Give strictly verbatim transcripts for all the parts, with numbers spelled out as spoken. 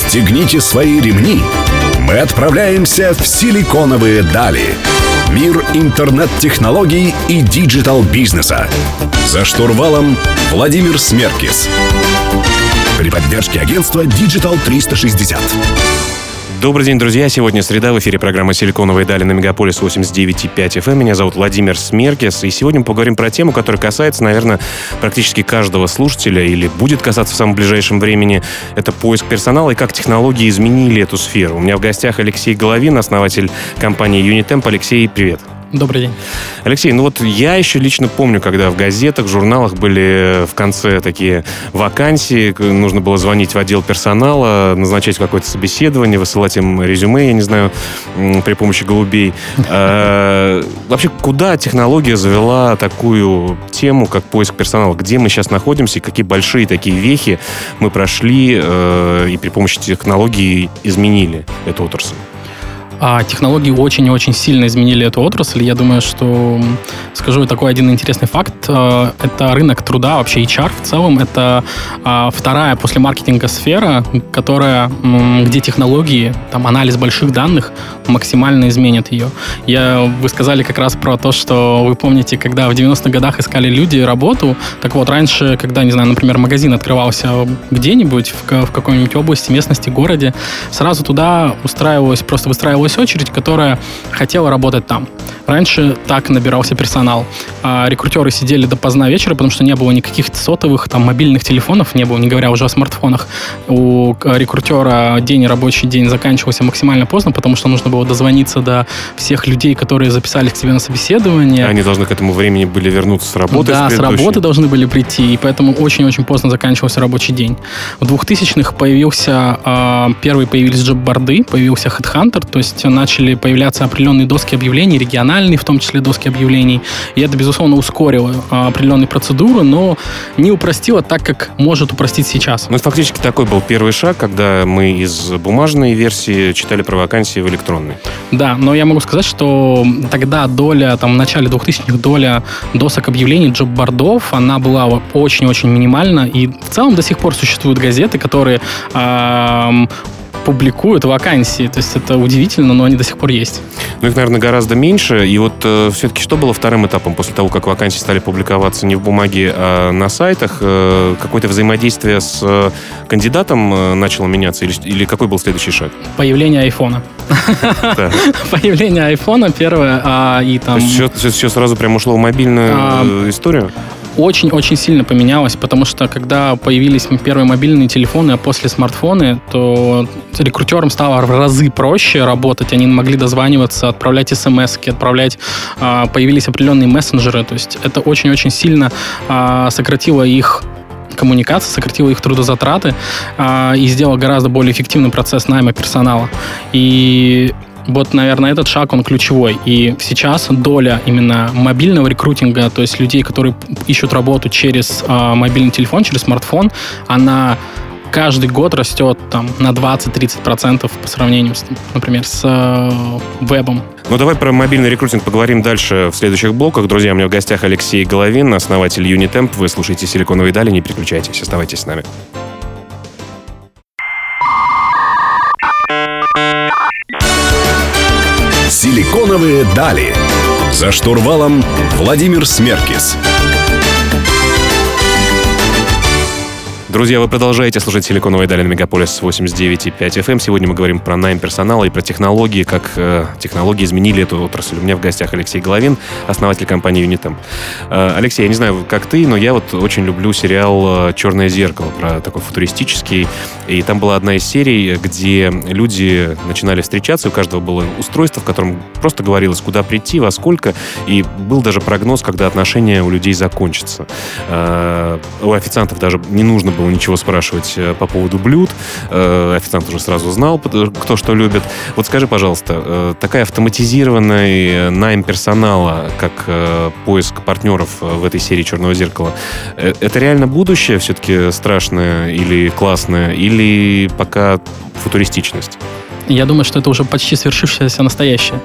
Расстегните свои ремни. Мы отправляемся в силиконовые дали. Мир интернет-технологий и диджитал-бизнеса. За штурвалом Владимир Смеркис. При поддержке агентства Digital триста шестьдесят. Добрый день, друзья. Сегодня среда. В эфире программа «Силиконовые дали» на Мегаполис восемьдесят девять и пять эф эм. Меня зовут Владимир Смеркис. И сегодня мы поговорим про тему, которая касается, наверное, практически каждого слушателя или будет касаться в самом ближайшем времени. Это поиск персонала и как технологии изменили эту сферу. У меня в гостях Алексей Головин, основатель компании Unitemp. Алексей, привет. Добрый день. Алексей, ну вот я еще лично помню, когда в газетах, в журналах были в конце такие вакансии, нужно было звонить в отдел персонала, назначать какое-то собеседование, высылать им резюме, я не знаю, при помощи голубей. Вообще, куда технология завела такую тему, как поиск персонала? Где мы сейчас находимся и какие большие такие вехи мы прошли и при помощи технологий изменили эту отрасль? А технологии очень и очень сильно изменили эту отрасль. Я думаю, что скажу такой один интересный факт. Это рынок труда, вообще эйч ар в целом. Это вторая после маркетинга сфера, которая, где технологии, там, анализ больших данных максимально изменят ее. Я, вы сказали как раз про то, что вы помните, когда в девяностых годах искали люди работу. Так вот, раньше, когда, не знаю, например, магазин открывался где-нибудь в, в какой-нибудь области, местности, городе, сразу туда устраивалось, просто выстраивалось очередь, которая хотела работать там. Раньше так набирался персонал. А рекрутеры сидели допоздна вечера, потому что не было никаких сотовых, там, мобильных телефонов, не было, не говоря уже о смартфонах. У рекрутера день, рабочий день заканчивался максимально поздно, потому что нужно было дозвониться до всех людей, которые записались к тебе на собеседование. Они должны к этому времени были вернуться с работы. Да, с работы должны были прийти, и поэтому очень-очень поздно заканчивался рабочий день. В двухтысячных появился, э, первые появились джоб-борды, появился HeadHunter, то есть начали появляться определенные доски объявлений, региональные, в том числе доски объявлений. И это, безусловно, ускорило определенные процедуры, но не упростило так, как может упростить сейчас. Ну, фактически такой был первый шаг, когда мы из бумажной версии читали про вакансии в электронной. Да, но я могу сказать, что тогда доля, там, в начале двухтысячных, доля досок объявлений, джоб-бордов, она была очень-очень минимальна. И в целом до сих пор существуют газеты, которые эм, публикуют вакансии. То есть это удивительно, но они до сих пор есть. Ну, их, наверное, гораздо меньше. И вот э, все-таки что было вторым этапом после того, как вакансии стали публиковаться не в бумаге, а на сайтах? Э, какое-то взаимодействие с э, кандидатом э, начало меняться? Или, или какой был следующий шаг? Появление айфона. Появление айфона первое. И там... Все сразу прям ушло в мобильную историю? Очень-очень сильно поменялось, потому что когда появились первые мобильные телефоны, а после смартфоны, то рекрутерам стало в разы проще работать. Они могли дозваниваться, отправлять смс-ки, отправлять... Появились определенные мессенджеры. То есть это очень-очень сильно сократило их коммуникации, сократило их трудозатраты и сделало гораздо более эффективный процесс найма персонала. И... Вот, наверное, этот шаг, он ключевой. И сейчас доля именно мобильного рекрутинга, то есть людей, которые ищут работу через э, мобильный телефон, через смартфон, она каждый год растет там, на двадцать-тридцать процентов по сравнению, с, например, с э, вебом. Ну, давай про мобильный рекрутинг поговорим дальше в следующих блоках. Друзья, у меня в гостях Алексей Головин, основатель Unitemp. Вы слушаете «Силиконовые дали», не переключайтесь, оставайтесь с нами. «Силиконовые дали». За штурвалом Владимир Смеркис. Друзья, вы продолжаете слушать «Силиконовые дали» на Мегаполис восемьдесят девять и пять эф эм. Сегодня мы говорим про найм персонала и про технологии, как э, технологии изменили эту отрасль. У меня в гостях Алексей Головин, основатель компании Unitemp. Э, Алексей, я не знаю, как ты, но я вот очень люблю сериал «Черное зеркало», про такой футуристический. И там была одна из серий, где люди начинали встречаться, у каждого было устройство, в котором просто говорилось, куда прийти, во сколько, и был даже прогноз, когда отношения у людей закончатся. Э, у официантов даже не нужно было ничего спрашивать по поводу блюд. Официант уже сразу знал, кто что любит. Вот скажи, пожалуйста, такая автоматизированная найм персонала, как поиск партнеров в этой серии «Черного зеркала», это реально будущее все-таки страшное или классное, или пока футуристичность? Я думаю, что это уже почти свершившееся настоящее.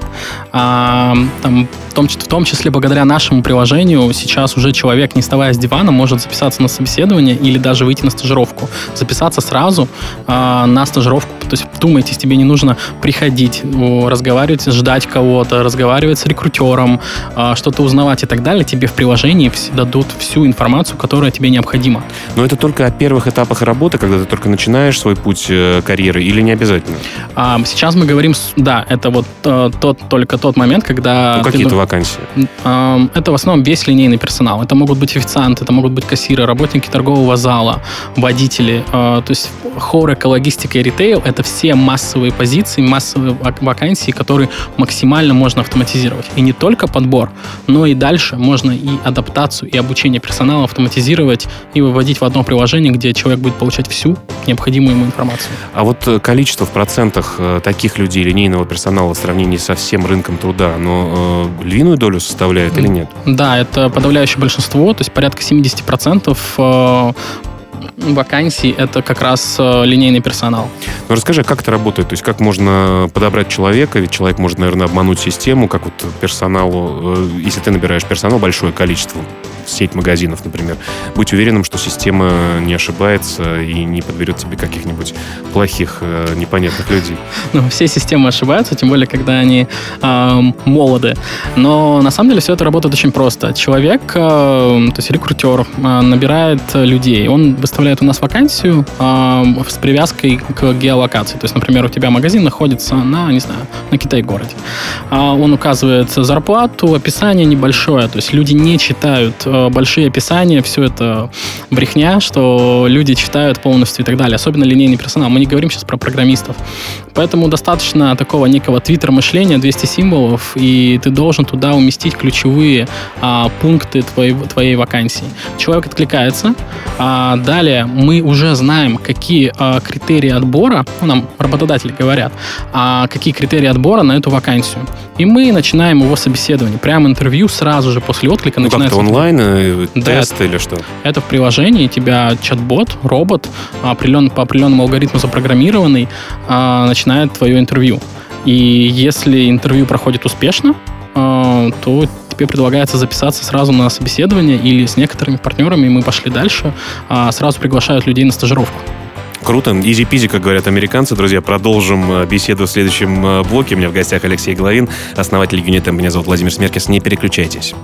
А, там, в, том, в том числе благодаря нашему приложению сейчас уже человек, не вставая с дивана, может записаться на собеседование или даже выйти на стажировку. Записаться сразу а, на стажировку. То есть, вдумайтесь, тебе не нужно приходить, разговаривать, ждать кого-то, разговаривать с рекрутером, а, что-то узнавать и так далее. Тебе в приложении дадут всю информацию, которая тебе необходима. Но это только о первых этапах работы, когда ты только начинаешь свой путь карьеры, или не обязательно? А, сейчас мы говорим, да, это вот э, тот, только тот момент, когда... Ну, какие-то ты, вакансии? Э, это в основном весь линейный персонал. Это могут быть официанты, это могут быть кассиры, работники торгового зала, водители. Э, то есть хорека, логистика и ритейл — это все массовые позиции, массовые вакансии, которые максимально можно автоматизировать. И не только подбор, но и дальше можно и адаптацию, и обучение персонала автоматизировать и выводить в одно приложение, где человек будет получать всю необходимую ему информацию. А вот количество в процентах таких людей, линейного персонала в сравнении со всем рынком труда, оно э, львиную долю составляет или нет? Да, это подавляющее большинство, то есть порядка семьдесят процентов э, вакансий — это как раз э, линейный персонал. Ну, расскажи, как это работает? То есть как можно подобрать человека? Ведь человек может, наверное, обмануть систему, как вот персоналу, э, если ты набираешь персонал, большое количество, сеть магазинов, например, будь уверенным, что система не ошибается и не подберет тебе каких-нибудь плохих, э, непонятных людей. Ну, все системы ошибаются, тем более, когда они э, молоды. Но на самом деле все это работает очень просто. Человек, э, то есть рекрутер, э, набирает людей. Он выставляет у нас вакансию э, с привязкой к геолокации. То есть, например, у тебя магазин находится на, не знаю, на Китай-городе. Э, он указывает зарплату, описание небольшое. То есть люди не читают большие описания, все это брехня, что люди читают полностью и так далее. Особенно линейный персонал. Мы не говорим сейчас про программистов. Поэтому достаточно такого некого твиттер-мышления, двести символов, и ты должен туда уместить ключевые а, пункты твоей, твоей вакансии. Человек откликается. А далее мы уже знаем, какие а, критерии отбора, ну, нам работодатели говорят, а, какие критерии отбора на эту вакансию. И мы начинаем его собеседование. Прямо интервью сразу же после отклика ну, начинается. Как-то онлайн, да, тест или что? Это в приложении. Тебя чат-бот, робот, определен, по определенному алгоритму запрограммированный, а, начинает твое интервью. И если интервью проходит успешно, а, то тебе предлагается записаться сразу на собеседование или с некоторыми партнерами, и мы пошли дальше, а, сразу приглашают людей на стажировку. Круто. Изи-пизи, как говорят американцы. Друзья, продолжим беседу в следующем блоке. У меня в гостях Алексей Головин, основатель Юнитемп. Меня зовут Владимир Смеркис. Не переключайтесь.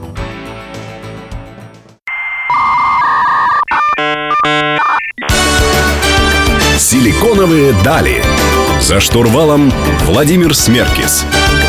Силиконовые дали. За штурвалом Владимир Смеркис.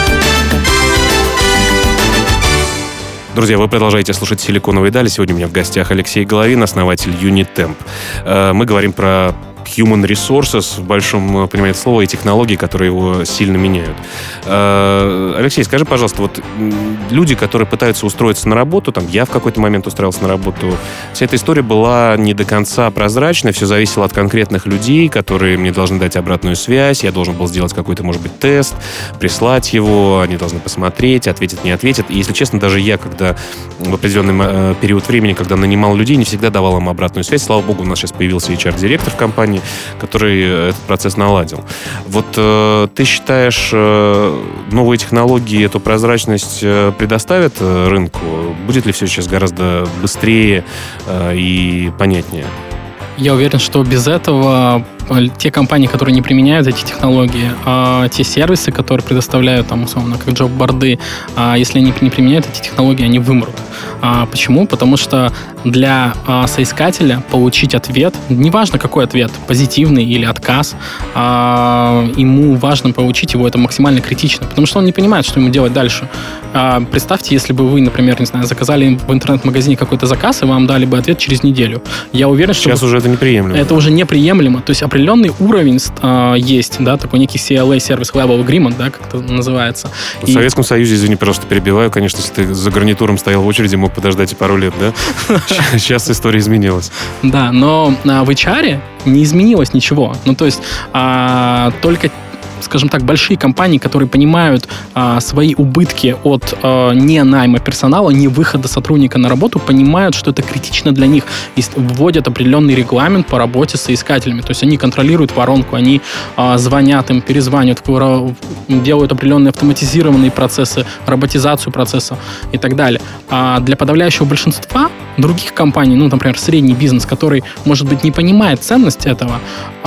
Друзья, вы продолжаете слушать «Силиконовые дали». Сегодня у меня в гостях Алексей Головин, основатель Юнитемп. Мы говорим про human resources в большом понимании слова и технологии, которые его сильно меняют. Алексей, скажи, пожалуйста, вот люди, которые пытаются устроиться на работу, там я в какой-то момент устроился на работу, вся эта история была не до конца прозрачной, все зависело от конкретных людей, которые мне должны дать обратную связь, я должен был сделать какой-то, может быть, тест, прислать его, они должны посмотреть, ответят, не ответят. И, если честно, даже я, когда в определенный период времени, когда нанимал людей, не всегда давал им обратную связь. Слава богу, у нас сейчас появился эйч ар-директор в компании, который этот процесс наладил. Вот э, ты считаешь, э, новые технологии эту прозрачность э, предоставят э, рынку? Будет ли все сейчас гораздо быстрее э, и понятнее? Я уверен, что без этого те компании, которые не применяют эти технологии, а те сервисы, которые предоставляют, там, условно, как джоб-борды, а если они не применяют эти технологии, они вымрут. А почему? Потому что для а, соискателя получить ответ, неважно какой ответ, позитивный или отказ, а, ему важно получить его, это максимально критично, потому что он не понимает, что ему делать дальше. А, представьте, если бы вы, например, не знаю, заказали в интернет-магазине какой-то заказ, и вам дали бы ответ через неделю. Я уверен, что... Сейчас уже это неприемлемо. Это уже неприемлемо. То есть определенный уровень э, есть, да, такой некий си эл эй, Service Level Agreement, да, как это называется. В и... Советском Союзе, извини, просто перебиваю, конечно, если ты за гарнитуром стоял в очереди, мог подождать и пару лет, да? Сейчас история изменилась. Да, но в эйч ар не изменилось ничего. Ну, то есть только скажем так, большие компании, которые понимают а, свои убытки от а, не найма персонала, не выхода сотрудника на работу, понимают, что это критично для них, и вводят определенный регламент по работе с соискателями. То есть они контролируют воронку, они а, звонят им, перезванивают, делают определенные автоматизированные процессы, роботизацию процесса и так далее. А для подавляющего большинства других компаний, ну, например, средний бизнес, который, может быть, не понимает ценность этого,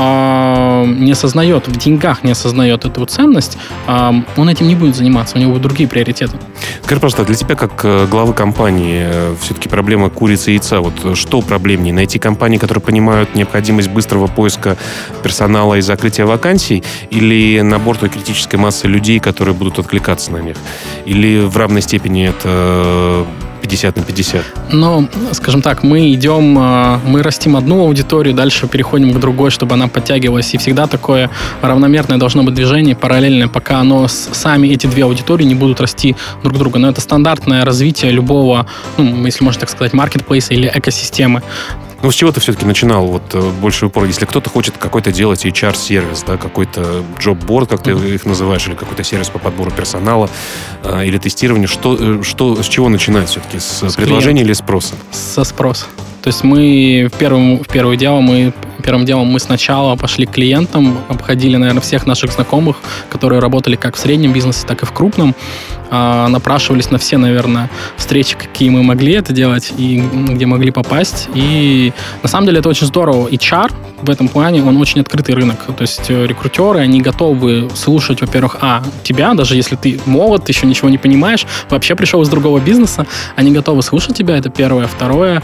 а, не осознает, в деньгах не осознает эту ценность, а, он этим не будет заниматься, у него будут другие приоритеты. Скажи, пожалуйста, для тебя, как главы компании, все-таки проблема курицы и яйца. Вот что проблемнее? Найти компании, которые понимают необходимость быстрого поиска персонала и закрытия вакансий, или набор той критической массы людей, которые будут откликаться на них? Или в равной степени это пятьдесят на пятьдесят? Ну, скажем так, мы идем, мы растим одну аудиторию, дальше переходим к другой, чтобы она подтягивалась. И всегда такое равномерное должно быть движение, параллельное, пока оно, сами эти две аудитории не будут расти друг друга. Но это стандартное развитие любого, ну, если можно так сказать, маркетплейса или экосистемы. Ну, с чего ты все-таки начинал вот больше упор? Если кто-то хочет какой-то делать эйч ар-сервис, да, какой-то джоб-борд, как ты mm-hmm. их называешь, или какой-то сервис по подбору персонала, э, или тестированию, что, что, с чего начинать все-таки? С, с предложения или спроса? Со спроса. То есть мы в первом, в первое дело, мы, первым делом мы сначала пошли к клиентам, обходили, наверное, всех наших знакомых, которые работали как в среднем бизнесе, так и в крупном, э, напрашивались на все, наверное, встречи, какие мы могли это делать и где могли попасть. И на самом деле это очень здорово. эйч ар в этом плане, он очень открытый рынок. То есть рекрутеры, они готовы слушать, во-первых, а, тебя, даже если ты молод, еще ничего не понимаешь, вообще пришел из другого бизнеса, они готовы слушать тебя, это первое. Второе,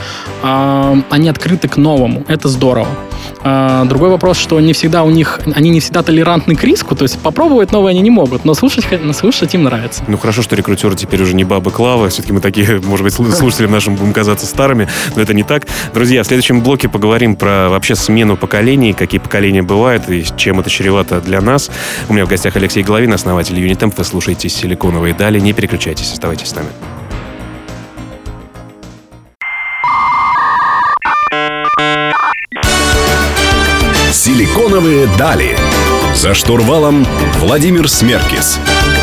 они открыты к новому, это здорово. Другой вопрос, что не всегда у них, они не всегда толерантны к риску, то есть попробовать новое они не могут, но слушать, слушать им нравится. Ну хорошо, что рекрутеры теперь уже не бабы Клава, все-таки мы такие, может быть, слушателям нашим будем казаться старыми, но это не так. Друзья, в следующем блоке поговорим про вообще смену поколений, какие поколения бывают и чем это чревато для нас. У меня в гостях Алексей Головин, основатель Unitemp. Вы слушаете «Силиконовые дали». Не переключайтесь, оставайтесь с нами. «Силиконовые дали». За штурвалом Владимир Смеркис.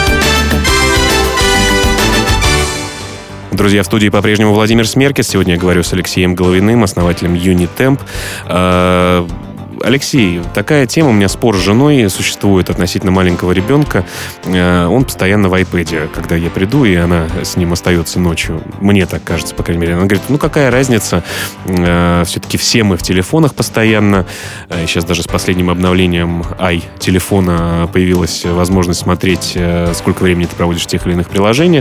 Друзья, в студии по-прежнему Владимир Смеркис. Сегодня я говорю с Алексеем Головиным, основателем Unitemp. Алексей, такая тема, у меня спор с женой существует относительно маленького ребенка. Он постоянно в айпэде, когда я приду, и она с ним остается ночью. Мне так кажется, по крайней мере. Она говорит, ну какая разница, все-таки все мы в телефонах постоянно. Сейчас даже с последним обновлением ай-телефона появилась возможность смотреть, сколько времени ты проводишь в тех или иных приложениях.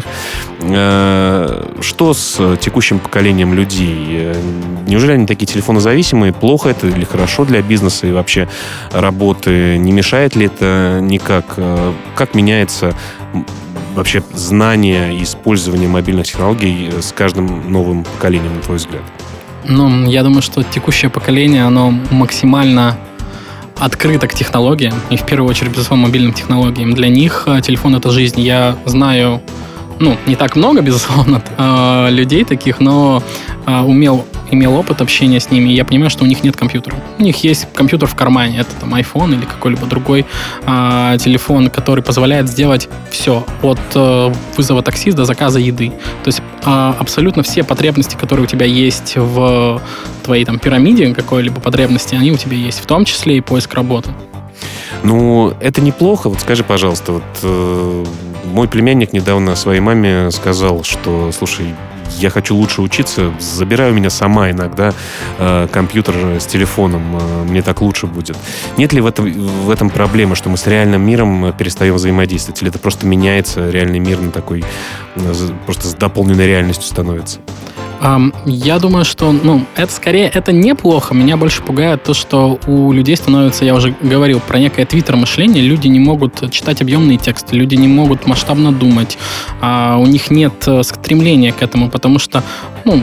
Что с текущим поколением людей? Неужели они такие телефонозависимые? Плохо это или хорошо для бизнеса и вообще работы? Не мешает ли это никак? Как меняется вообще знание и использование мобильных технологий с каждым новым поколением, на твой взгляд? Ну, я думаю, что текущее поколение, оно максимально открыто к технологиям, и в первую очередь, безусловно, мобильным технологиям. Для них телефон — это жизнь. Я знаю, ну, не так много, безусловно, людей таких, но умел, имел опыт общения с ними, и я понимаю, что у них нет компьютера. У них есть компьютер в кармане, это там iPhone или какой-либо другой а, телефон, который позволяет сделать все, от а, вызова такси до заказа еды. То есть а, абсолютно все потребности, которые у тебя есть в твоей там пирамиде какой-либо потребности, они у тебя есть, в том числе и поиск работы. Ну, это неплохо. Вот скажи, пожалуйста, вот э, мой племянник недавно своей маме сказал, что, слушай, я хочу лучше учиться, забирай у меня сама иногда э, компьютер с телефоном, э, мне так лучше будет. Нет ли в этом, в этом проблемы, что мы с реальным миром перестаем взаимодействовать? Или это просто меняется, реальный мир на такой, э, просто с дополненной реальностью становится? Um, я думаю, что, ну, это скорее, это неплохо. Меня больше пугает то, что у людей становится, я уже говорил, про некое твиттер-мышление. Люди не могут читать объемные тексты, люди не могут масштабно думать. Uh, у них нет стремления к этому, потому что, ну,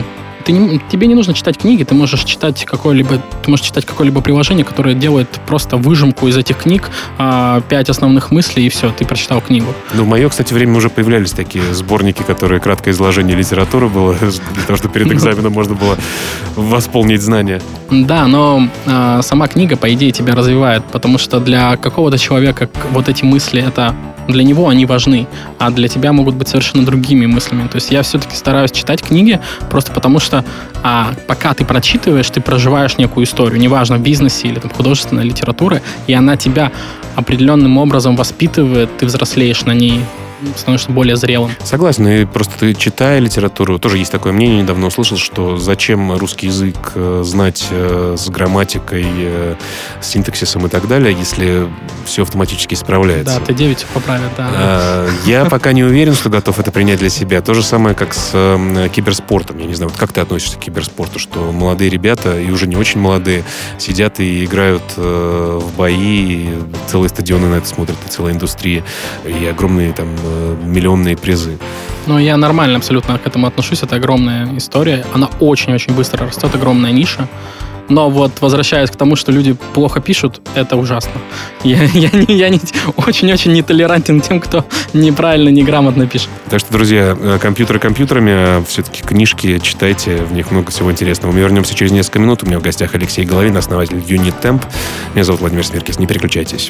ты не, тебе не нужно читать книги, ты можешь читать какое-либо, ты можешь читать какое-либо приложение, которое делает просто выжимку из этих книг, а, пять основных мыслей, и все, ты прочитал книгу. Ну, в мое, кстати, время уже появлялись такие сборники, которые краткое изложение литературы было, для того, чтобы перед экзаменом можно было восполнить знания. Да, но а, сама книга, по идее, тебя развивает, потому что для какого-то человека вот эти мысли, это для него они важны, а для тебя могут быть совершенно другими мыслями. То есть я все-таки стараюсь читать книги просто потому, что а, пока ты прочитываешь, ты проживаешь некую историю, неважно, в бизнесе или там, художественная литература, и она тебя определенным образом воспитывает, ты взрослеешь на ней, становишься более зрелым. Согласен, и просто ты, читая литературу, тоже есть такое мнение, недавно услышал, что зачем русский язык э, знать э, с грамматикой, э, с синтаксисом и так далее, если все автоматически справляется. Да, Т девять поправит, да. А, я пока не уверен, что готов это принять для себя. То же самое, как с э, киберспортом. Я не знаю, вот как ты относишься к киберспорту, что молодые ребята, и уже не очень молодые, сидят и играют э, в бои, и целые стадионы на это смотрят, и целая индустрия, и огромные там миллионные призы. Ну, я нормально абсолютно к этому отношусь. Это огромная история. Она очень-очень быстро растет, огромная ниша. Но вот, возвращаясь к тому, что люди плохо пишут, это ужасно. Я, я, не, я не, очень-очень нетолерантен тем, кто неправильно, неграмотно пишет. Так что, друзья, компьютеры компьютерами, а все-таки книжки читайте, в них много всего интересного. Мы вернемся через несколько минут. У меня в гостях Алексей Головин, основатель Unitemp. Меня зовут Владимир Смеркис. Не переключайтесь.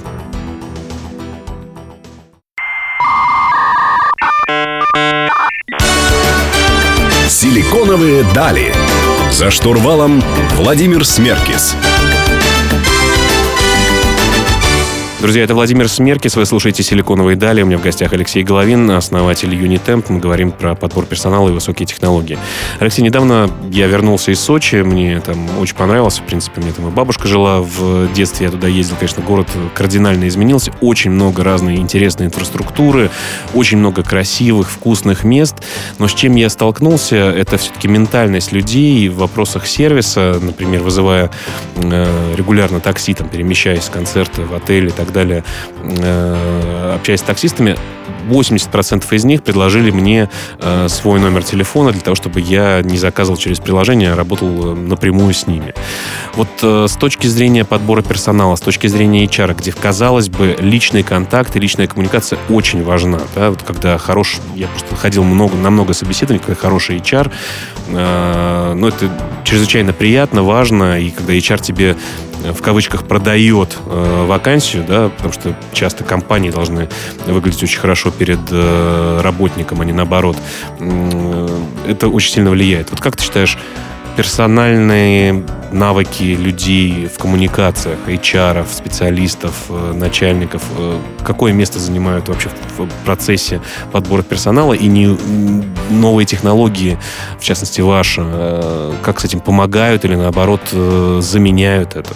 Силиконовые дали. За штурвалом Владимир Смеркис. Друзья, это Владимир Смеркис, вы слушаете «Силиконовые дали». У меня в гостях Алексей Головин, основатель Unitemp. Мы говорим про подбор персонала и высокие технологии. Алексей, недавно я вернулся из Сочи, мне там очень понравилось, в принципе, мне там и бабушка жила в детстве, я туда ездил, конечно, город кардинально изменился, очень много разной интересной инфраструктуры, очень много красивых, вкусных мест, но с чем я столкнулся, это все-таки ментальность людей в вопросах сервиса, например, вызывая э, регулярно такси, там, перемещаясь с концерта в отель и так далее, далее, э, общаясь с таксистами, восемьдесят процентов из них предложили мне э, свой номер телефона для того, чтобы я не заказывал через приложение, а работал напрямую с ними. Вот э, с точки зрения подбора персонала, с точки зрения эйч ар, где, казалось бы, личный контакт и личная коммуникация очень важна. Да? Вот когда хорош... Я просто ходил много, на много собеседований, когда хороший эйч ар, э, ну, это чрезвычайно приятно, важно, и когда эйч ар тебе в кавычках продает э, вакансию, да, потому что часто компании должны выглядеть очень хорошо перед э, работником, а не наоборот. Э, это очень сильно влияет. Вот как ты считаешь, персональные навыки людей в коммуникациях, эйч ар, специалистов, э, начальников, э, какое место занимают вообще в, в процессе подбора персонала, и не, новые технологии, в частности ваши, э, как с этим помогают или наоборот э, заменяют это?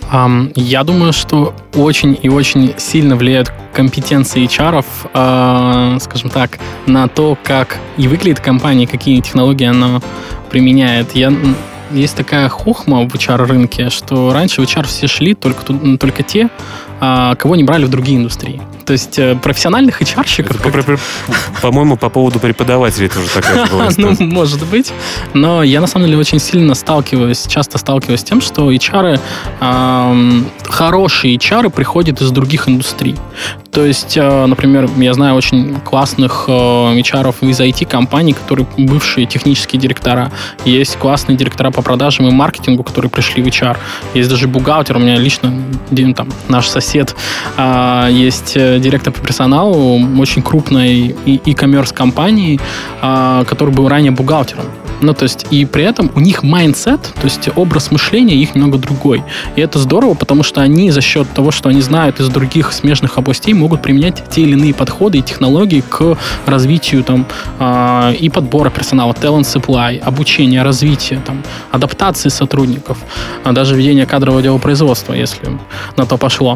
Я думаю, что очень и очень сильно влияют компетенции эйч ар, э, скажем так, на то, как и выглядит компания, какие технологии она применяет. Я, есть такая хохма в эйч ар-рынке, что раньше в эйч ар все шли только, только те, э, кого не брали в другие индустрии. То есть э, профессиональных эйч ар-щиков... По, по, по-моему, по поводу преподавателей тоже такая была история. Ну, может быть. Но я, на самом деле, очень сильно сталкиваюсь, часто сталкиваюсь с тем, что эйч ар, э, хорошие эйч ар приходят из других индустрий. То есть, э, например, я знаю очень классных э, эйч ар из ай ти-компаний, которые бывшие технические директора. Есть классные директора по продажам и маркетингу, которые пришли в эйч ар. Есть даже бухгалтер. У меня лично там, наш сосед э, есть директор по персоналу очень крупной e-commerce компании, который был ранее бухгалтером. Ну, то есть, и при этом у них майндсет, то есть образ мышления их немного другой. И это здорово, потому что они за счет того, что они знают из других смежных областей, могут применять те или иные подходы и технологии к развитию там, э, и подбора персонала, talent supply, обучения, развития, там, адаптации сотрудников, а даже ведения кадрового дела производства, если на то пошло.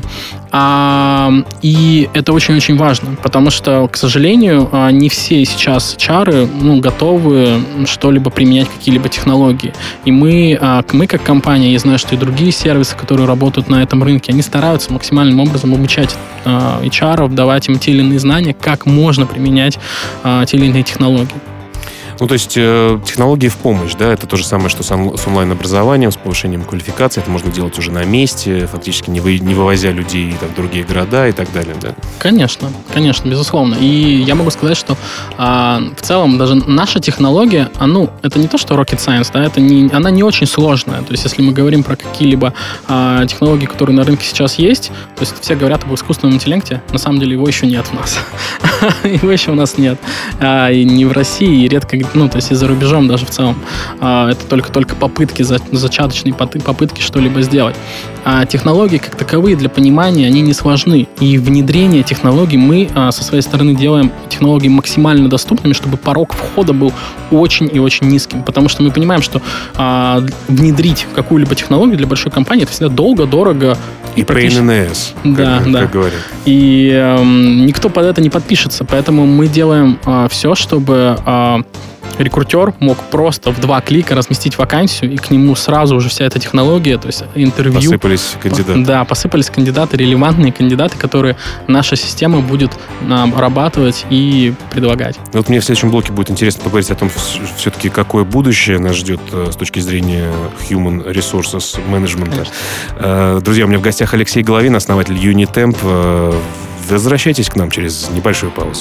А, и это очень-очень важно, потому что, к сожалению, не все сейчас эйч ар ну, готовы что-либо применять, какие-либо технологии. И мы, мы, как компания, я знаю, что и другие сервисы, которые работают на этом рынке, они стараются максимальным образом обучать эйч ар, давать им те или иные знания, как можно применять те или иные технологии. Ну, то есть э, технологии в помощь, да, это то же самое, что с, он, с онлайн-образованием, с повышением квалификации, это можно делать уже на месте, фактически не, вы, не вывозя людей там, в другие города и так далее, да? Конечно, конечно, безусловно. И я могу сказать, что а, в целом даже наша технология, а, ну, это не то, что rocket science, да, это не, она не очень сложная. То есть, если мы говорим про какие-либо а, технологии, которые на рынке сейчас есть, то есть все говорят об искусственном интеллекте, на самом деле его еще нет у нас. Его еще у нас нет. И не в России, и редко, ну, то есть и за рубежом даже в целом. Это только-только попытки, зачаточные попытки что-либо сделать. А технологии как таковые для понимания, они не сложны. И внедрение технологий мы со своей стороны делаем технологии максимально доступными, чтобы порог входа был очень и очень низким. Потому что мы понимаем, что а, внедрить какую-либо технологию для большой компании это всегда долго, дорого. И pain in the ass, да, как, да. как говорят. И э, никто под это не подпишется. Поэтому мы делаем э, все, чтобы э, рекрутер мог просто в два клика разместить вакансию, и к нему сразу уже вся эта технология, то есть интервью. Посыпались кандидаты. Да, посыпались кандидаты, релевантные кандидаты, которые наша система будет обрабатывать и предлагать. Вот мне в следующем блоке будет интересно поговорить о том, все-таки какое будущее нас ждет с точки зрения human resources management. Друзья, у меня в гостях Алексей Головин, основатель Unitemp. Возвращайтесь к нам через небольшую паузу.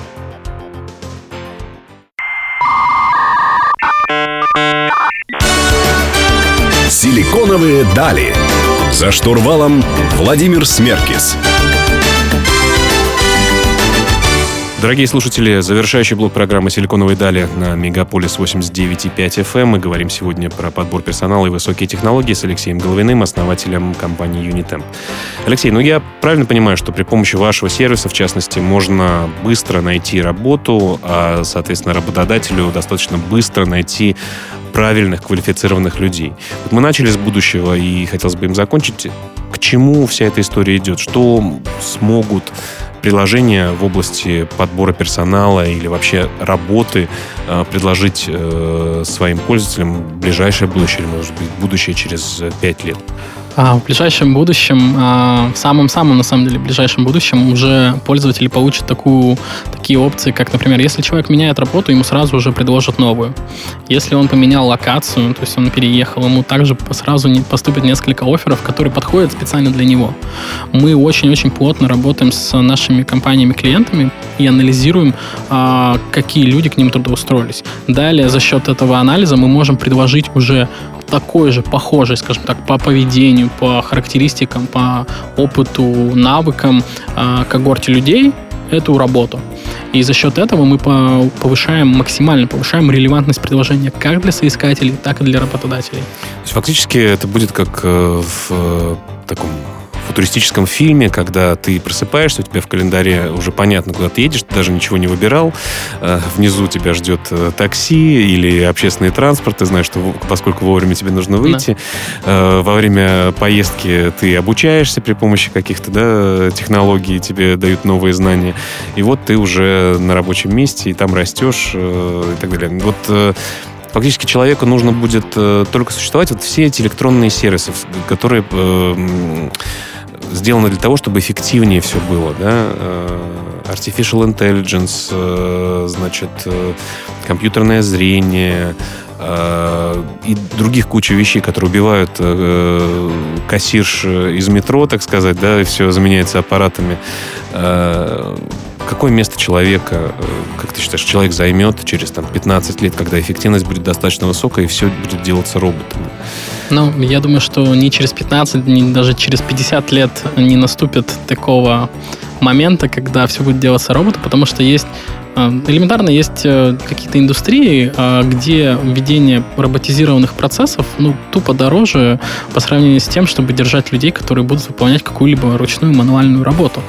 Силиконовые дали. За штурвалом Владимир Смеркис. Дорогие слушатели, завершающий блок программы «Силиконовые дали» на Мегаполис восемьдесят девять и пять эф эм. Мы говорим сегодня про подбор персонала и высокие технологии с Алексеем Головиным, основателем компании Unitemp. Алексей, ну я правильно понимаю, что при помощи вашего сервиса, в частности, можно быстро найти работу, а, соответственно, работодателю достаточно быстро найти правильных, квалифицированных людей. Вот мы начали с будущего, и хотелось бы им закончить. К чему вся эта история идет? Что смогут приложения в области подбора персонала или вообще работы э, предложить э, своим пользователям в ближайшее будущее, или, может быть, будущее через пять лет? А в ближайшем будущем, в самом-самом, на самом деле, ближайшем будущем уже пользователи получат такую, такие опции, как, например, если человек меняет работу, ему сразу уже предложат новую. Если он поменял локацию, то есть он переехал, ему также сразу поступит несколько офферов, которые подходят специально для него. Мы очень-очень плотно работаем с нашими компаниями-клиентами и анализируем, какие люди к ним трудоустроились. Далее, за счет этого анализа мы можем предложить уже такой же, похожий, скажем так, по поведению, по характеристикам, по опыту, навыкам э, когорте людей эту работу. И за счет этого мы повышаем, максимально повышаем релевантность предложения как для соискателей, так и для работодателей. То есть фактически это будет как э, в э, таком футуристическом фильме, когда ты просыпаешься, у тебя в календаре уже понятно, куда ты едешь, ты даже ничего не выбирал. Внизу тебя ждет такси или общественный транспорт, ты знаешь, что поскольку вовремя тебе нужно выйти. Да. Во время поездки ты обучаешься при помощи каких-то, да, технологий, тебе дают новые знания. И вот ты уже на рабочем месте, и там растешь и так далее. Вот фактически человеку нужно будет э, только существовать вот все эти электронные сервисы, которые э, сделаны для того, чтобы эффективнее все было, да? Artificial Intelligence, э, значит, э, компьютерное зрение э, и других куча вещей, которые убивают э, кассирш из метро, так сказать, да, и все заменяется аппаратами. Э, Какое место человека, как ты считаешь, человек займет через там, пятнадцать лет, когда эффективность будет достаточно высокая, и все будет делаться роботами? Ну, я думаю, что ни через пятнадцать, ни даже через пятьдесят лет не наступит такого момента, когда все будет делаться роботом, потому что есть элементарно есть какие-то индустрии, где введение роботизированных процессов ну, тупо дороже по сравнению с тем, чтобы держать людей, которые будут выполнять какую-либо ручную мануальную работу.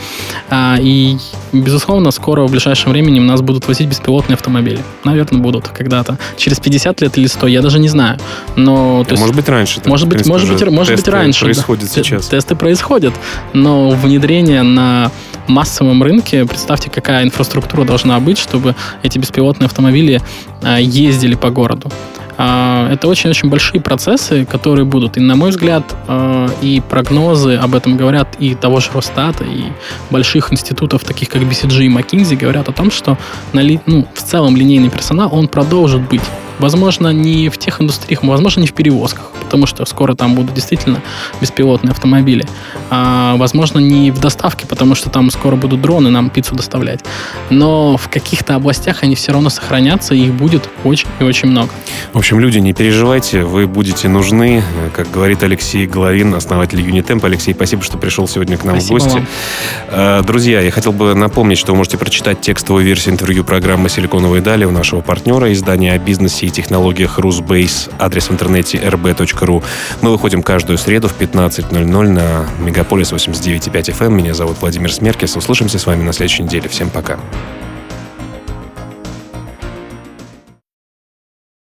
И, безусловно, скоро в ближайшем времени у нас будут возить беспилотные автомобили. Наверное, будут когда-то. Через пятьдесят лет или сто, я даже не знаю. Но, то есть, может быть, раньше. Может быть, принципе, может быть, может быть раньше. Происходит да. сейчас. Тесты происходят, но внедрение на массовом рынке, представьте, какая инфраструктура должна быть, чтобы эти беспилотные автомобили а, ездили по городу. Это очень-очень большие процессы, которые будут. И, на мой взгляд, и прогнозы об этом говорят и того же Росстата, и больших институтов, таких как би си джи и McKinsey, говорят о том, что на ли, ну, в целом линейный персонал, он продолжит быть. Возможно, не в тех индустриях, возможно, не в перевозках, потому что скоро там будут действительно беспилотные автомобили. А, возможно, не в доставке, потому что там скоро будут дроны нам пиццу доставлять. Но в каких-то областях они все равно сохранятся, и их будет очень и очень много. В общем, люди, не переживайте, вы будете нужны. Как говорит Алексей Головин, основатель Unitemp. Алексей, спасибо, что пришел сегодня к нам спасибо в гости. Вам. Друзья, я хотел бы напомнить, что вы можете прочитать текстовую версию интервью программы «Силиконовые дали» у нашего партнера, издания о бизнесе и технологиях Rusbase, адрес в интернете эр би точка ру. Мы выходим каждую среду в пятнадцать ноль ноль на Мегаполис восемьдесят девять и пять эф эм. Меня зовут Владимир Смеркис. Услышимся с вами на следующей неделе. Всем пока.